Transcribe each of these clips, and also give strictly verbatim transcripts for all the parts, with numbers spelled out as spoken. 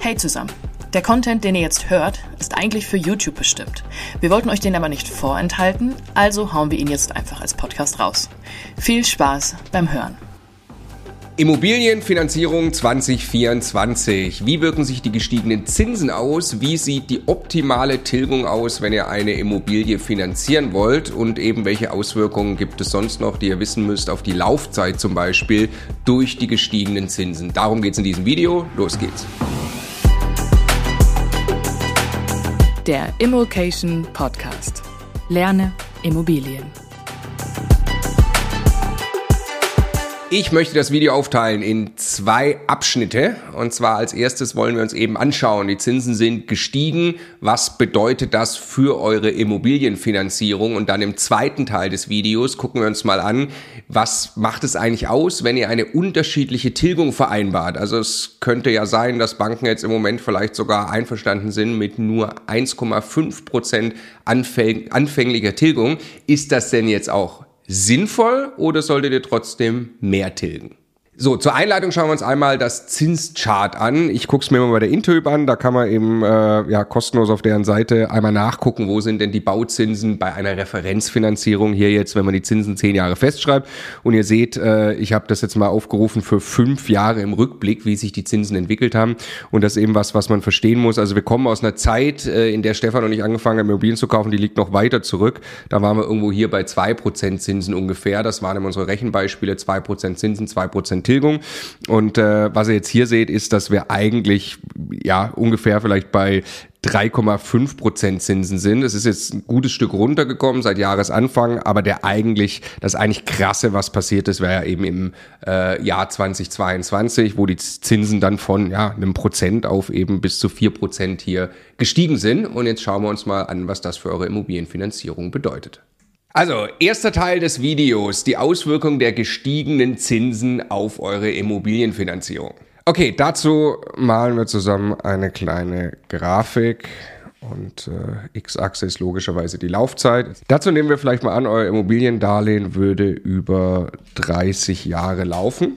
Hey zusammen! Der Content, den ihr jetzt hört, ist eigentlich für YouTube bestimmt. Wir wollten euch den aber nicht vorenthalten, also hauen wir ihn jetzt einfach als Podcast raus. Viel Spaß beim Hören! Immobilienfinanzierung zwanzig vierundzwanzig. Wie wirken sich die gestiegenen Zinsen aus? Wie sieht die optimale Tilgung aus, wenn ihr eine Immobilie finanzieren wollt? Und eben welche Auswirkungen gibt es sonst noch, die ihr wissen müsst, auf die Laufzeit zum Beispiel durch die gestiegenen Zinsen? Darum geht es in diesem Video. Los geht's! Der Immokation Podcast. Lerne Immobilien. Ich möchte das Video aufteilen in zwei Abschnitte. Und zwar als erstes wollen wir uns eben anschauen, die Zinsen sind gestiegen. Was bedeutet das für eure Immobilienfinanzierung? Und dann im zweiten Teil des Videos gucken wir uns mal an, was macht es eigentlich aus, wenn ihr eine unterschiedliche Tilgung vereinbart? Also es könnte ja sein, dass Banken jetzt im Moment vielleicht sogar einverstanden sind mit nur eins Komma fünf Prozent anfäng- anfänglicher Tilgung. Ist das denn jetzt auch sinnvoll oder solltet ihr trotzdem mehr tilgen? So, zur Einleitung schauen wir uns einmal das Zinschart an. Ich gucke es mir mal bei der Intöb an, da kann man eben äh, ja kostenlos auf deren Seite einmal nachgucken, wo sind denn die Bauzinsen bei einer Referenzfinanzierung hier jetzt, wenn man die Zinsen zehn Jahre festschreibt. Und ihr seht, äh, ich habe das jetzt mal aufgerufen für fünf Jahre im Rückblick, wie sich die Zinsen entwickelt haben. Und das ist eben was, was man verstehen muss. Also wir kommen aus einer Zeit, äh, in der Stefan und ich angefangen haben, Immobilien zu kaufen, die liegt noch weiter zurück. Da waren wir irgendwo hier bei zwei Prozent Zinsen ungefähr. Das waren immer unsere Rechenbeispiele, zwei Prozent Zinsen, zwei Prozent Tilgung. Und äh, was ihr jetzt hier seht, ist, dass wir eigentlich ja ungefähr vielleicht bei drei Komma fünf Prozent Zinsen sind. Es ist jetzt ein gutes Stück runtergekommen seit Jahresanfang, aber der eigentlich, das eigentlich krasse, was passiert ist, wäre ja eben im äh, Jahr zwanzig zweiundzwanzig, wo die Zinsen dann von ja einem Prozent auf eben bis zu vier Prozent hier gestiegen sind. Und jetzt schauen wir uns mal an, was das für eure Immobilienfinanzierung bedeutet. Also, erster Teil des Videos, die Auswirkung der gestiegenen Zinsen auf eure Immobilienfinanzierung. Okay, dazu malen wir zusammen eine kleine Grafik und äh, X-Achse ist logischerweise die Laufzeit. Dazu nehmen wir vielleicht mal an, euer Immobiliendarlehen würde über dreißig Jahre laufen.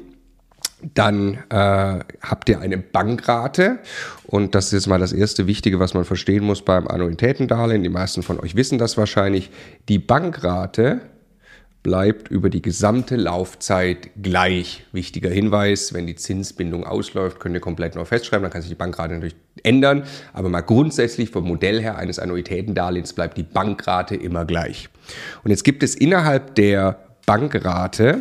Dann äh, habt ihr eine Bankrate und das ist jetzt mal das erste Wichtige, was man verstehen muss beim Annuitätendarlehen. Die meisten von euch wissen das wahrscheinlich. Die Bankrate bleibt über die gesamte Laufzeit gleich. Wichtiger Hinweis, wenn die Zinsbindung ausläuft, könnt ihr komplett neu festschreiben, dann kann sich die Bankrate natürlich ändern. Aber mal grundsätzlich vom Modell her eines Annuitätendarlehens bleibt die Bankrate immer gleich. Und jetzt gibt es innerhalb der Bankrate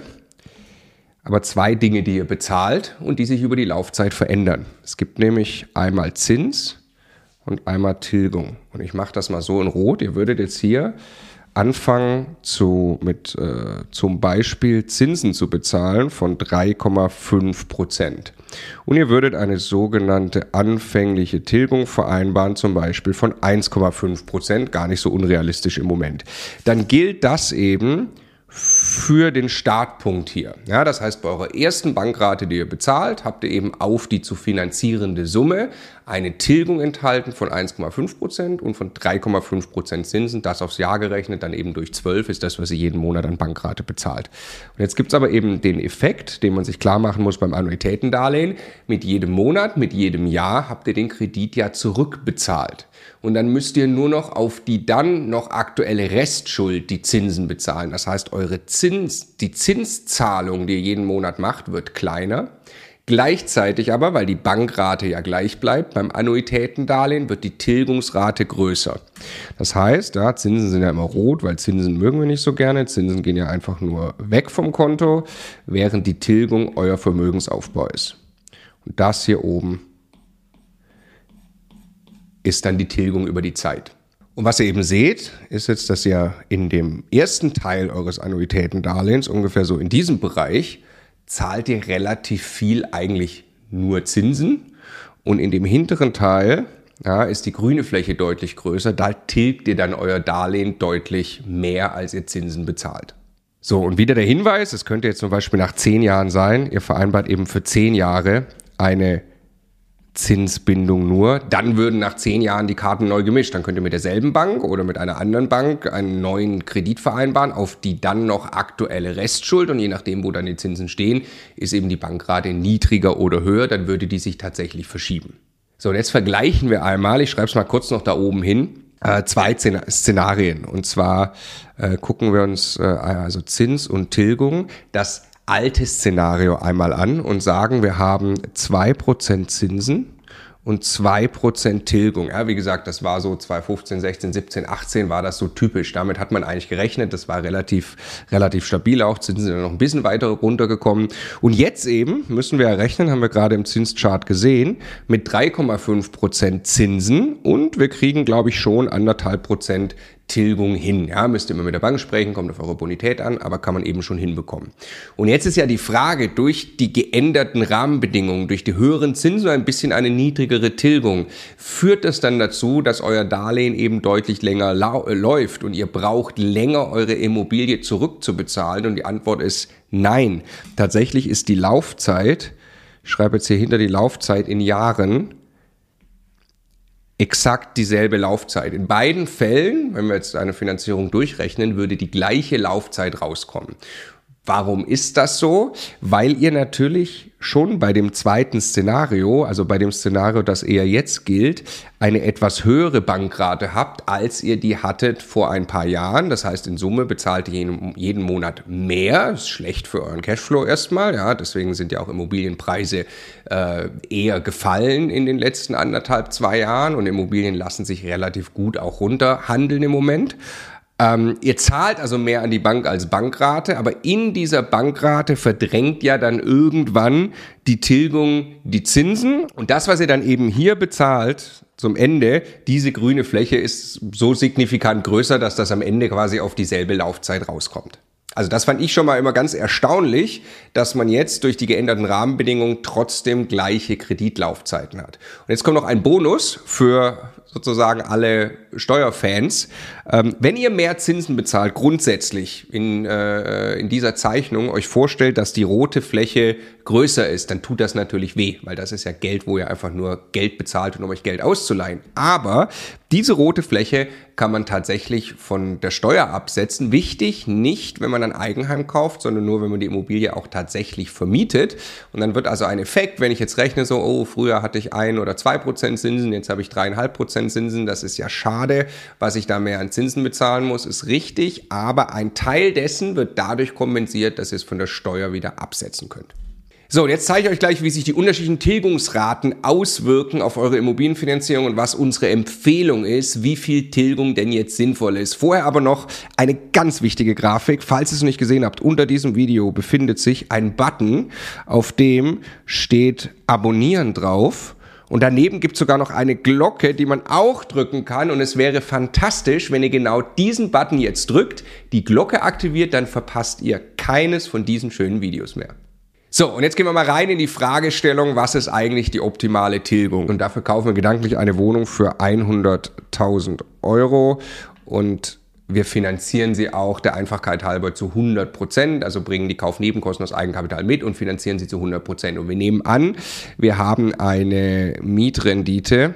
aber zwei Dinge, die ihr bezahlt und die sich über die Laufzeit verändern. Es gibt nämlich einmal Zins und einmal Tilgung. Und ich mache das mal so in Rot. Ihr würdet jetzt hier anfangen, zu, mit äh, zum Beispiel Zinsen zu bezahlen von drei Komma fünf Prozent. Und ihr würdet eine sogenannte anfängliche Tilgung vereinbaren, zum Beispiel von eins Komma fünf Prozent, gar nicht so unrealistisch im Moment. Dann gilt das eben für den Startpunkt hier. Ja, das heißt, bei eurer ersten Bankrate, die ihr bezahlt, habt ihr eben auf die zu finanzierende Summe eine Tilgung enthalten von eins Komma fünf Prozent und von drei Komma fünf Prozent Zinsen. Das aufs Jahr gerechnet, dann eben durch zwölf ist das, was ihr jeden Monat an Bankrate bezahlt. Und jetzt gibt es aber eben den Effekt, den man sich klar machen muss beim Annuitätendarlehen. Mit jedem Monat, mit jedem Jahr habt ihr den Kredit ja zurückbezahlt. Und dann müsst ihr nur noch auf die dann noch aktuelle Restschuld die Zinsen bezahlen. Das heißt, eure Zins, die Zinszahlung, die ihr jeden Monat macht, wird kleiner. Gleichzeitig aber, weil die Bankrate ja gleich bleibt, beim Annuitätendarlehen wird die Tilgungsrate größer. Das heißt, ja, Zinsen sind ja immer rot, weil Zinsen mögen wir nicht so gerne. Zinsen gehen ja einfach nur weg vom Konto, während die Tilgung euer Vermögensaufbau ist. Und das hier oben ist dann die Tilgung über die Zeit. Und was ihr eben seht, ist jetzt, dass ihr in dem ersten Teil eures Annuitätendarlehens, ungefähr so in diesem Bereich, zahlt ihr relativ viel eigentlich nur Zinsen. Und in dem hinteren Teil ja, ist die grüne Fläche deutlich größer. Da tilgt ihr dann euer Darlehen deutlich mehr, als ihr Zinsen bezahlt. So, und wieder der Hinweis, es könnte jetzt zum Beispiel nach zehn Jahren sein, ihr vereinbart eben für zehn Jahre eine Zinsbindung nur, dann würden nach zehn Jahren die Karten neu gemischt. Dann könnt ihr mit derselben Bank oder mit einer anderen Bank einen neuen Kredit vereinbaren, auf die dann noch aktuelle Restschuld, und je nachdem, wo dann die Zinsen stehen, ist eben die Bankrate niedriger oder höher, dann würde die sich tatsächlich verschieben. So, und jetzt vergleichen wir einmal, ich schreibe es mal kurz noch da oben hin, äh, zwei Szenarien. Und zwar äh, gucken wir uns äh, also Zins und Tilgung, das alte Szenario einmal an und sagen, wir haben zwei Prozent Zinsen und zwei Prozent Tilgung. Ja, wie gesagt, das war so zwanzig fünfzehn, sechzehn, siebzehn, achtzehn war das so typisch. Damit hat man eigentlich gerechnet. Das war relativ, relativ stabil auch. Zinsen sind noch ein bisschen weiter runtergekommen. Und jetzt eben müssen wir rechnen, haben wir gerade im Zinschart gesehen, mit drei Komma fünf Prozent Zinsen und wir kriegen, glaube ich, schon anderthalb Prozent Tilgung hin. Ja, müsst ihr immer mit der Bank sprechen, kommt auf eure Bonität an, aber kann man eben schon hinbekommen. Und jetzt ist ja die Frage, durch die geänderten Rahmenbedingungen, durch die höheren Zinsen ein bisschen eine niedrigere Tilgung, führt das dann dazu, dass euer Darlehen eben deutlich länger lau- äh, läuft und ihr braucht länger, eure Immobilie zurückzubezahlen? Und die Antwort ist nein. Tatsächlich ist die Laufzeit, ich schreibe jetzt hier hinter die Laufzeit in Jahren, exakt dieselbe Laufzeit. In beiden Fällen, wenn wir jetzt eine Finanzierung durchrechnen, würde die gleiche Laufzeit rauskommen. Warum ist das so? Weil ihr natürlich schon bei dem zweiten Szenario, also bei dem Szenario, das eher jetzt gilt, eine etwas höhere Bankrate habt, als ihr die hattet vor ein paar Jahren. Das heißt, in Summe bezahlt ihr jeden, jeden Monat mehr. Das ist schlecht für euren Cashflow erstmal. Ja, deswegen sind ja auch Immobilienpreise äh, eher gefallen in den letzten anderthalb, zwei Jahren. Und Immobilien lassen sich relativ gut auch runterhandeln im Moment. Ähm, ihr zahlt also mehr an die Bank als Bankrate, aber in dieser Bankrate verdrängt ja dann irgendwann die Tilgung die Zinsen. Und das, was ihr dann eben hier bezahlt zum Ende, diese grüne Fläche ist so signifikant größer, dass das am Ende quasi auf dieselbe Laufzeit rauskommt. Also das fand ich schon mal immer ganz erstaunlich, dass man jetzt durch die geänderten Rahmenbedingungen trotzdem gleiche Kreditlaufzeiten hat. Und jetzt kommt noch ein Bonus für sozusagen alle Steuerfans. Ähm, wenn ihr mehr Zinsen bezahlt, grundsätzlich in, äh, in dieser Zeichnung euch vorstellt, dass die rote Fläche größer ist, dann tut das natürlich weh, weil das ist ja Geld, wo ihr einfach nur Geld bezahlt, um euch Geld auszuleihen. Aber diese rote Fläche kann man tatsächlich von der Steuer absetzen. Wichtig, nicht, wenn man ein Eigenheim kauft, sondern nur, wenn man die Immobilie auch tatsächlich vermietet. Und dann wird also ein Effekt, wenn ich jetzt rechne, so, oh, früher hatte ich ein oder zwei Prozent Zinsen, jetzt habe ich dreieinhalb Prozent Zinsen. Das ist ja schade, was ich da mehr an Zinsen bezahlen muss, ist richtig. Aber ein Teil dessen wird dadurch kompensiert, dass ihr es von der Steuer wieder absetzen könnt. So, und jetzt zeige ich euch gleich, wie sich die unterschiedlichen Tilgungsraten auswirken auf eure Immobilienfinanzierung und was unsere Empfehlung ist, wie viel Tilgung denn jetzt sinnvoll ist. Vorher aber noch eine ganz wichtige Grafik. Falls ihr es nicht gesehen habt, unter diesem Video befindet sich ein Button, auf dem steht Abonnieren drauf. Und daneben gibt es sogar noch eine Glocke, die man auch drücken kann. Und es wäre fantastisch, wenn ihr genau diesen Button jetzt drückt, die Glocke aktiviert, dann verpasst ihr keines von diesen schönen Videos mehr. So, und jetzt gehen wir mal rein in die Fragestellung, was ist eigentlich die optimale Tilgung? Und dafür kaufen wir gedanklich eine Wohnung für hunderttausend Euro und wir finanzieren sie auch der Einfachkeit halber zu hundert Prozent, also bringen die Kaufnebenkosten aus Eigenkapital mit und finanzieren sie zu hundert Prozent. Und wir nehmen an, wir haben eine Mietrendite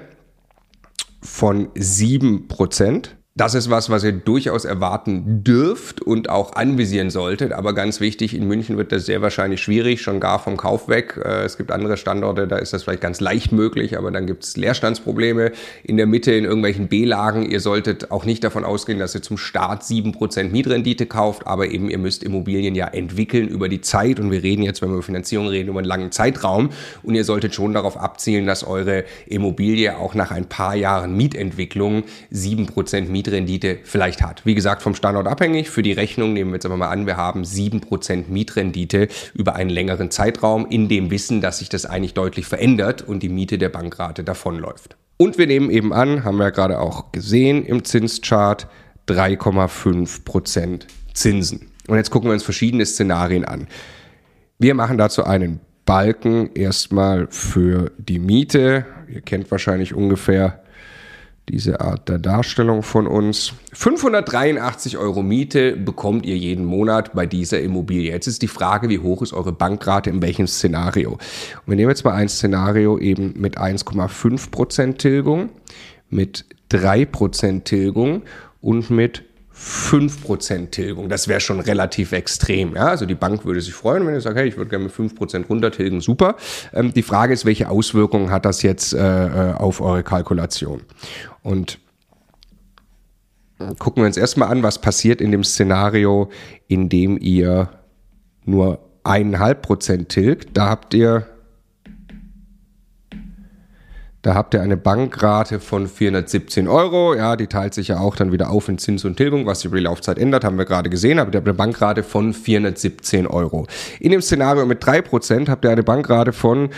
von sieben Prozent. Das ist was, was ihr durchaus erwarten dürft und auch anvisieren solltet. Aber ganz wichtig, in München wird das sehr wahrscheinlich schwierig, schon gar vom Kauf weg. Es gibt andere Standorte, da ist das vielleicht ganz leicht möglich, aber dann gibt es Leerstandsprobleme in der Mitte, in irgendwelchen B-Lagen. Ihr solltet auch nicht davon ausgehen, dass ihr zum Start sieben Prozent Mietrendite kauft, aber eben ihr müsst Immobilien ja entwickeln über die Zeit. Und wir reden jetzt, wenn wir über Finanzierung reden, über einen langen Zeitraum. Und ihr solltet schon darauf abzielen, dass eure Immobilie auch nach ein paar Jahren Mietentwicklung sieben Prozent Mietrendite Rendite vielleicht hat. Wie gesagt, vom Standort abhängig. Für die Rechnung nehmen wir jetzt aber mal an, wir haben sieben Prozent Mietrendite über einen längeren Zeitraum, in dem Wissen, dass sich das eigentlich deutlich verändert und die Miete der Bankrate davonläuft. Und wir nehmen eben an, haben wir ja gerade auch gesehen im Zinschart, drei Komma fünf Prozent Zinsen. Und jetzt gucken wir uns verschiedene Szenarien an. Wir machen dazu einen Balken erstmal für die Miete. Ihr kennt wahrscheinlich ungefähr diese Art der Darstellung von uns. fünfhundertdreiundachtzig Euro Miete bekommt ihr jeden Monat bei dieser Immobilie. Jetzt ist die Frage, wie hoch ist eure Bankrate, in welchem Szenario? Und wir nehmen jetzt mal ein Szenario eben mit eins Komma fünf Prozent Tilgung, mit drei Prozent Tilgung und mit fünf Prozent Tilgung. Das wäre schon relativ extrem. Ja? Also die Bank würde sich freuen, wenn ihr sagt, hey, ich würde gerne mit fünf Prozent runtertilgen, super. Ähm, die Frage ist, welche Auswirkungen hat das jetzt äh, auf eure Kalkulation? Und gucken wir uns erstmal an, was passiert in dem Szenario, in dem ihr nur eineinhalb Prozent tilgt. Da habt ihr Da habt ihr eine Bankrate von vierhundertsiebzehn Euro. Ja, die teilt sich ja auch dann wieder auf in Zins und Tilgung. Was sich über die Laufzeit ändert, haben wir gerade gesehen. Aber ihr habt eine Bankrate von vierhundertsiebzehn Euro. In dem Szenario mit drei Prozent habt ihr eine Bankrate von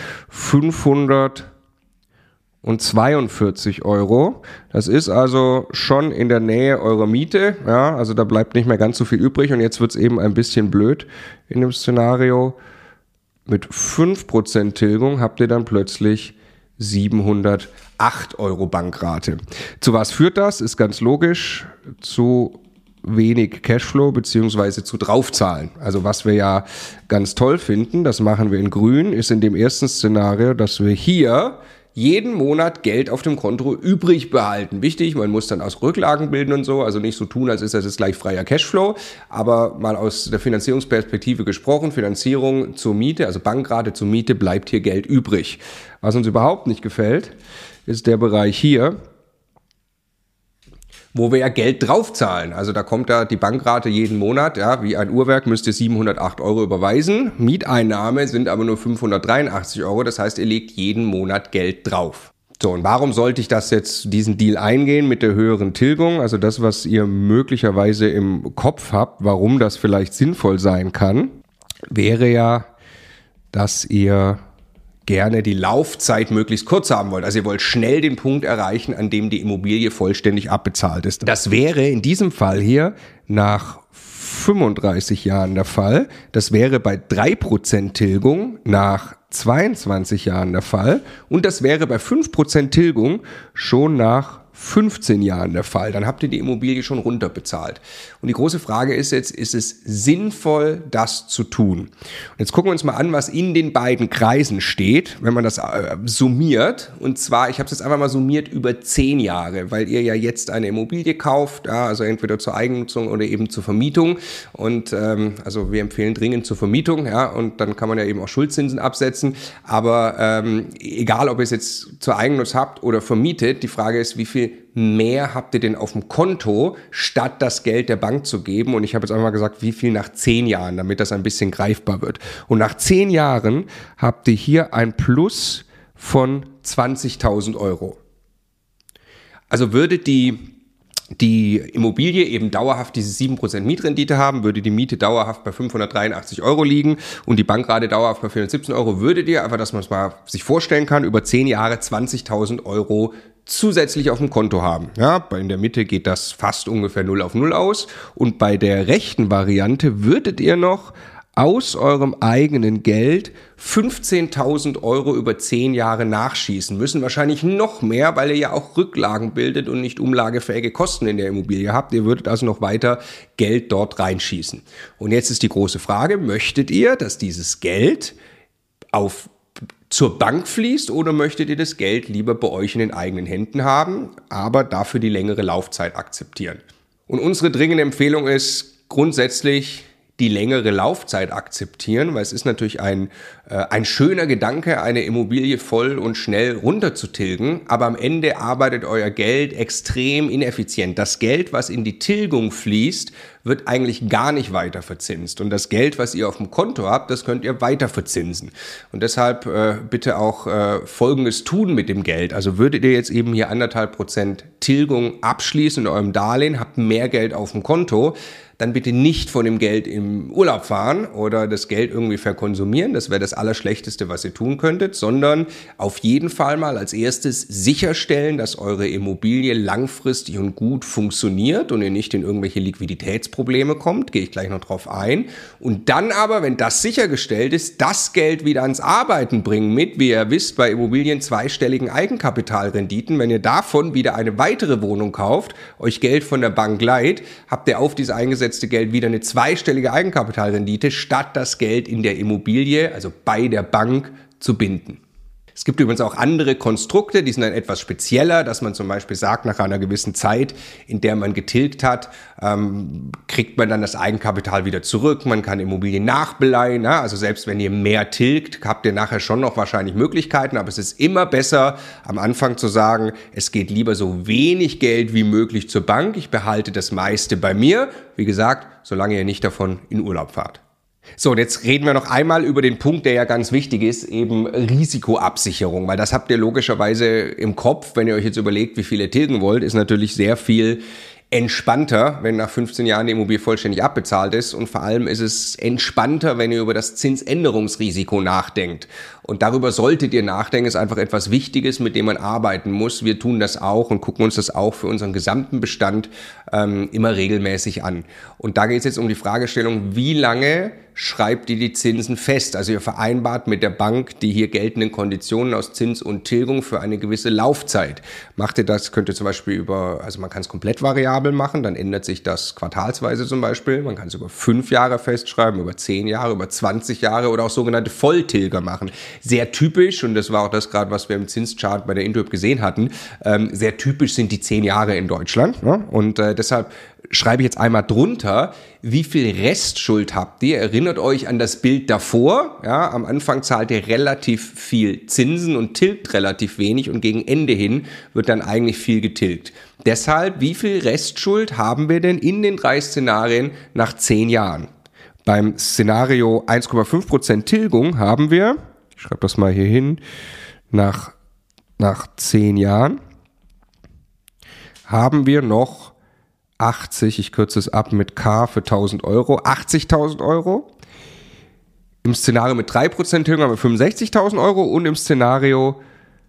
fünfhundertzweiundvierzig Euro. Das ist also schon in der Nähe eurer Miete. Ja, also da bleibt nicht mehr ganz so viel übrig. Und jetzt wird es eben ein bisschen blöd in dem Szenario. Mit fünf Prozent Tilgung habt ihr dann plötzlich siebenhundertacht Euro Bankrate. Zu was führt das? Ist ganz logisch. Zu wenig Cashflow beziehungsweise zu draufzahlen. Also was wir ja ganz toll finden, das machen wir in grün, ist in dem ersten Szenario, dass wir hier jeden Monat Geld auf dem Konto übrig behalten. Wichtig, man muss dann aus Rücklagen bilden und so, also nicht so tun, als ist das jetzt gleich freier Cashflow, aber mal aus der Finanzierungsperspektive gesprochen, Finanzierung zur Miete, also Bankrate zur Miete, bleibt hier Geld übrig. Was uns überhaupt nicht gefällt, ist der Bereich hier, wo wir ja Geld draufzahlen. Also da kommt da die Bankrate jeden Monat, ja, wie ein Uhrwerk müsst ihr siebenhundertacht Euro überweisen. Mieteinnahme sind aber nur fünfhundertdreiundachtzig Euro. Das heißt, ihr legt jeden Monat Geld drauf. So, und warum sollte ich das jetzt, diesen Deal eingehen mit der höheren Tilgung? Also das, was ihr möglicherweise im Kopf habt, warum das vielleicht sinnvoll sein kann, wäre ja, dass ihr gerne die Laufzeit möglichst kurz haben wollt. Also ihr wollt schnell den Punkt erreichen, an dem die Immobilie vollständig abbezahlt ist. Das wäre in diesem Fall hier nach fünfunddreißig Jahren der Fall. Das wäre bei drei Prozent Tilgung nach zweiundzwanzig Jahren der Fall. Und das wäre bei fünf Prozent Tilgung schon nach fünfzehn Jahren der Fall. Dann habt ihr die Immobilie schon runterbezahlt. Und die große Frage ist jetzt, ist es sinnvoll, das zu tun? Und jetzt gucken wir uns mal an, was in den beiden Kreisen steht, wenn man das äh, summiert. Und zwar, ich habe es jetzt einfach mal summiert über zehn Jahre, weil ihr ja jetzt eine Immobilie kauft, ja, also entweder zur Eigennutzung oder eben zur Vermietung. Und ähm, also wir empfehlen dringend zur Vermietung, ja, und dann kann man ja eben auch Schuldzinsen absetzen. Aber ähm, egal, ob ihr es jetzt zur Eigennutz habt oder vermietet, die Frage ist, wie viel mehr habt ihr denn auf dem Konto, statt das Geld der Bank zu geben? Und ich habe jetzt einfach mal gesagt, wie viel nach zehn Jahren, damit das ein bisschen greifbar wird. Und nach zehn Jahren habt ihr hier ein Plus von zwanzigtausend Euro. Also würde die die Immobilie eben dauerhaft diese sieben Prozent Mietrendite haben, würde die Miete dauerhaft bei fünfhundertdreiundachtzig Euro liegen und die Bankrate dauerhaft bei vierhundertsiebzehn Euro, würdet ihr, einfach, dass man es mal sich vorstellen kann, über zehn Jahre zwanzigtausend Euro zusätzlich auf dem Konto haben. Ja, in der Mitte geht das fast ungefähr null auf null aus und bei der rechten Variante würdet ihr noch aus eurem eigenen Geld fünfzehntausend Euro über zehn Jahre nachschießen müssen. Wahrscheinlich noch mehr, weil ihr ja auch Rücklagen bildet und nicht umlagefähige Kosten in der Immobilie habt. Ihr würdet also noch weiter Geld dort reinschießen. Und jetzt ist die große Frage, möchtet ihr, dass dieses Geld auf zur Bank fließt oder möchtet ihr das Geld lieber bei euch in den eigenen Händen haben, aber dafür die längere Laufzeit akzeptieren? Und unsere dringende Empfehlung ist grundsätzlich die längere Laufzeit akzeptieren, weil es ist natürlich ein, äh, ein schöner Gedanke, eine Immobilie voll und schnell runterzutilgen, aber am Ende arbeitet euer Geld extrem ineffizient. Das Geld, was in die Tilgung fließt, wird eigentlich gar nicht weiter verzinst und das Geld, was ihr auf dem Konto habt, das könnt ihr weiter verzinsen. Und deshalb äh, bitte auch äh, Folgendes tun mit dem Geld. Also würdet ihr jetzt eben hier anderthalb Prozent Tilgung abschließen in eurem Darlehen, habt mehr Geld auf dem Konto, dann bitte nicht von dem Geld im Urlaub fahren oder das Geld irgendwie verkonsumieren. Das wäre das Allerschlechteste, was ihr tun könntet, sondern auf jeden Fall mal als erstes sicherstellen, dass eure Immobilie langfristig und gut funktioniert und ihr nicht in irgendwelche Liquiditätsprobleme kommt. Gehe ich gleich noch drauf ein. Und dann aber, wenn das sichergestellt ist, das Geld wieder ans Arbeiten bringen mit, wie ihr wisst, bei Immobilien zweistelligen Eigenkapitalrenditen. Wenn ihr davon wieder eine weitere Wohnung kauft, euch Geld von der Bank leiht, habt ihr auf diese eingesetzte Geld wieder eine zweistellige Eigenkapitalrendite, statt das Geld in der Immobilie, also bei der Bank, zu binden. Es gibt übrigens auch andere Konstrukte, die sind dann etwas spezieller, dass man zum Beispiel sagt, nach einer gewissen Zeit, in der man getilgt hat, ähm, kriegt man dann das Eigenkapital wieder zurück. Man kann Immobilien nachbeleihen. Ja? Also selbst wenn ihr mehr tilgt, habt ihr nachher schon noch wahrscheinlich Möglichkeiten. Aber es ist immer besser, am Anfang zu sagen, es geht lieber so wenig Geld wie möglich zur Bank. Ich behalte das meiste bei mir. Wie gesagt, solange ihr nicht davon in Urlaub fahrt. So, und jetzt reden wir noch einmal über den Punkt, der ja ganz wichtig ist, eben Risikoabsicherung, weil das habt ihr logischerweise im Kopf, wenn ihr euch jetzt überlegt, wie viel ihr tilgen wollt, ist natürlich sehr viel entspannter, wenn nach fünfzehn Jahren die Immobilie vollständig abbezahlt ist, und vor allem ist es entspannter, wenn ihr über das Zinsänderungsrisiko nachdenkt. Und darüber solltet ihr nachdenken, ist einfach etwas Wichtiges, mit dem man arbeiten muss. Wir tun das auch und gucken uns das auch für unseren gesamten Bestand ähm, immer regelmäßig an. Und da geht es jetzt um die Fragestellung, wie lange schreibt ihr die Zinsen fest? Also ihr vereinbart mit der Bank die hier geltenden Konditionen aus Zins und Tilgung für eine gewisse Laufzeit. Macht ihr das, könnt ihr zum Beispiel über, also man kann es komplett variabel machen, dann ändert sich das quartalsweise zum Beispiel. Man kann es über fünf Jahre festschreiben, über zehn Jahre, über zwanzig Jahre oder auch sogenannte Volltilger machen. Sehr typisch, und das war auch das gerade, was wir im Zinschart bei der Intuit gesehen hatten, ähm, sehr typisch sind die zehn Jahre in Deutschland. Ne? Und äh, deshalb schreibe ich jetzt einmal drunter, wie viel Restschuld habt ihr? Erinnert euch an das Bild davor. Ja, am Anfang zahlt ihr relativ viel Zinsen und tilgt relativ wenig, und gegen Ende hin wird dann eigentlich viel getilgt. Deshalb, wie viel Restschuld haben wir denn in den drei Szenarien nach zehn Jahren? Beim Szenario eins Komma fünf Prozent Tilgung haben wir, ich schreibe das mal hier hin, nach, nach zehn Jahren haben wir noch achtzig, ich kürze es ab mit K für tausend Euro, achtzigtausend Euro. Im Szenario mit drei Prozent Tilgung haben wir fünfundsechzigtausend Euro, und im Szenario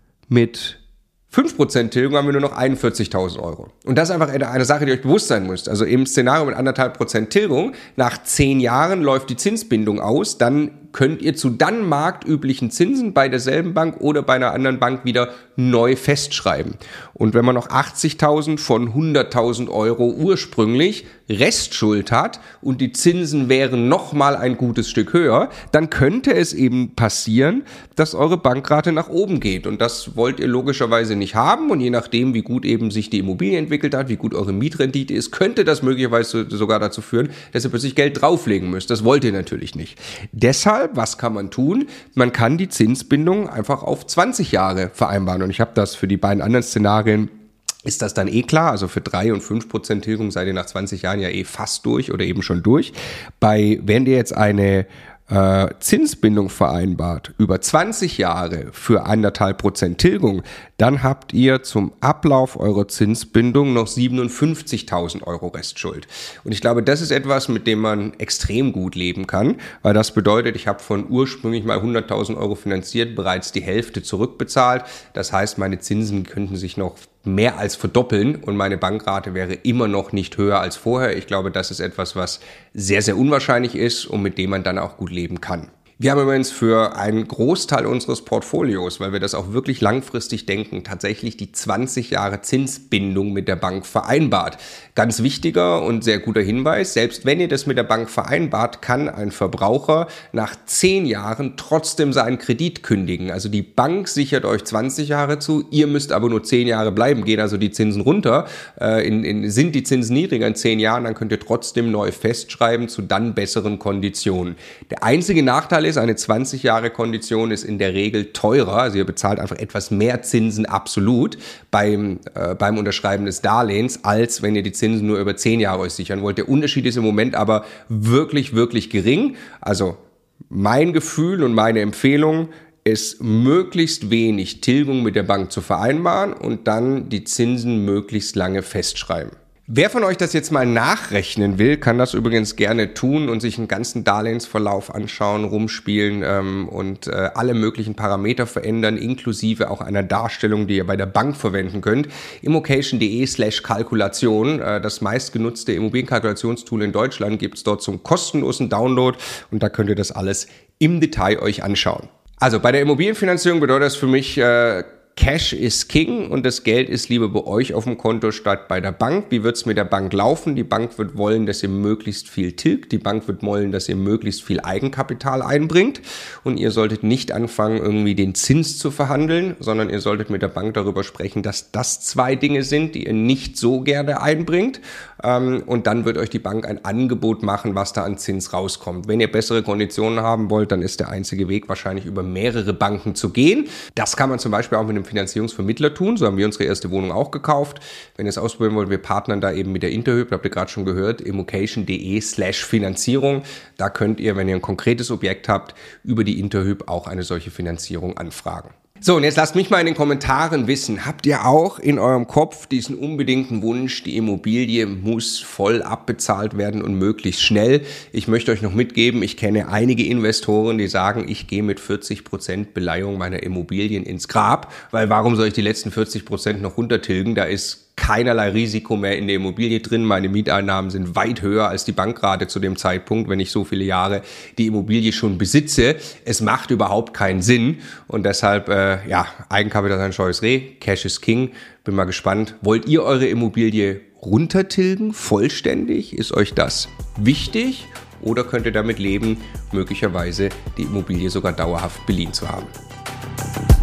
mit fünf Prozent Tilgung haben wir nur noch einundvierzigtausend Euro. Und das ist einfach eine Sache, die euch bewusst sein müsst. Also im Szenario mit anderthalb Prozent Tilgung, nach zehn Jahren läuft die Zinsbindung aus, dann könnt ihr zu dann marktüblichen Zinsen bei derselben Bank oder bei einer anderen Bank wieder neu festschreiben. Und wenn man noch achtzigtausend von hunderttausend Euro ursprünglich Restschuld hat und die Zinsen wären nochmal ein gutes Stück höher, dann könnte es eben passieren, dass eure Bankrate nach oben geht. Und das wollt ihr logischerweise nicht haben. Und je nachdem, wie gut eben sich die Immobilie entwickelt hat, wie gut eure Mietrendite ist, könnte das möglicherweise sogar dazu führen, dass ihr plötzlich Geld drauflegen müsst. Das wollt ihr natürlich nicht. Deshalb, was kann man tun? Man kann die Zinsbindung einfach auf zwanzig Jahre vereinbaren. Und ich habe das für die beiden anderen Szenarien, ist das dann eh klar. Also für drei und fünf Prozent Tilgung seid ihr nach zwanzig Jahren ja eh fast durch oder eben schon durch. Bei, wenn ihr jetzt eine äh, Zinsbindung vereinbart über zwanzig Jahre für anderthalb Prozent Tilgung, dann habt ihr zum Ablauf eurer Zinsbindung noch siebenundfünfzigtausend Euro Restschuld. Und ich glaube, das ist etwas, mit dem man extrem gut leben kann, weil das bedeutet, ich habe von ursprünglich mal hunderttausend Euro finanziert bereits die Hälfte zurückbezahlt. Das heißt, meine Zinsen könnten sich noch mehr als verdoppeln und meine Bankrate wäre immer noch nicht höher als vorher. Ich glaube, das ist etwas, was sehr, sehr unwahrscheinlich ist und mit dem man dann auch gut leben kann. Wir haben übrigens für einen Großteil unseres Portfolios, weil wir das auch wirklich langfristig denken, tatsächlich die zwanzig Jahre Zinsbindung mit der Bank vereinbart. Ganz wichtiger und sehr guter Hinweis, selbst wenn ihr das mit der Bank vereinbart, kann ein Verbraucher nach zehn Jahren trotzdem seinen Kredit kündigen. Also die Bank sichert euch zwanzig Jahre zu, ihr müsst aber nur zehn Jahre bleiben, gehen also die Zinsen runter. Äh, in, in, sind die Zinsen niedriger in zehn Jahren, dann könnt ihr trotzdem neu festschreiben zu dann besseren Konditionen. Der einzige Nachteil ist, eine zwanzig Jahre Kondition ist in der Regel teurer, also ihr bezahlt einfach etwas mehr Zinsen absolut beim, äh, beim Unterschreiben des Darlehens, als wenn ihr die Zinsen nur über zehn Jahre euch sichern wollt. Der Unterschied ist im Moment aber wirklich, wirklich gering. Also mein Gefühl und meine Empfehlung ist, möglichst wenig Tilgung mit der Bank zu vereinbaren und dann die Zinsen möglichst lange festschreiben. Wer von euch das jetzt mal nachrechnen will, kann das übrigens gerne tun und sich einen ganzen Darlehensverlauf anschauen, rumspielen ähm, und äh, alle möglichen Parameter verändern, inklusive auch einer Darstellung, die ihr bei der Bank verwenden könnt. Immocation.de slash Kalkulation, äh, das meistgenutzte Immobilienkalkulationstool in Deutschland, gibt es dort zum kostenlosen Download und da könnt ihr das alles im Detail euch anschauen. Also bei der Immobilienfinanzierung bedeutet das für mich, äh, Cash is King und das Geld ist lieber bei euch auf dem Konto statt bei der Bank. Wie wird es mit der Bank laufen? Die Bank wird wollen, dass ihr möglichst viel tilgt. Die Bank wird wollen, dass ihr möglichst viel Eigenkapital einbringt. Und ihr solltet nicht anfangen, irgendwie den Zins zu verhandeln, sondern ihr solltet mit der Bank darüber sprechen, dass das zwei Dinge sind, die ihr nicht so gerne einbringt. Und dann wird euch die Bank ein Angebot machen, was da an Zins rauskommt. Wenn ihr bessere Konditionen haben wollt, dann ist der einzige Weg wahrscheinlich über mehrere Banken zu gehen. Das kann man zum Beispiel auch mit einem Finanzierungsvermittler tun. So haben wir unsere erste Wohnung auch gekauft. Wenn ihr es ausprobieren wollt, wir partnern da eben mit der Interhyp, habt ihr gerade schon gehört, immocation.de slash Finanzierung. Da könnt ihr, wenn ihr ein konkretes Objekt habt, über die Interhyp auch eine solche Finanzierung anfragen. So, und jetzt lasst mich mal in den Kommentaren wissen, habt ihr auch in eurem Kopf diesen unbedingten Wunsch, die Immobilie muss voll abbezahlt werden und möglichst schnell? Ich möchte euch noch mitgeben, ich kenne einige Investoren, die sagen, ich gehe mit vierzig Prozent Beleihung meiner Immobilien ins Grab, weil warum soll ich die letzten vierzig Prozent noch runtertilgen? Da ist keinerlei Risiko mehr in der Immobilie drin. Meine Mieteinnahmen sind weit höher als die Bankrate zu dem Zeitpunkt, wenn ich so viele Jahre die Immobilie schon besitze. Es macht überhaupt keinen Sinn und deshalb, äh, ja, Eigenkapital ist ein scheues Reh, Cash is King. Bin mal gespannt. Wollt ihr eure Immobilie runtertilgen, vollständig? Ist euch das wichtig? Oder könnt ihr damit leben, möglicherweise die Immobilie sogar dauerhaft beliehen zu haben?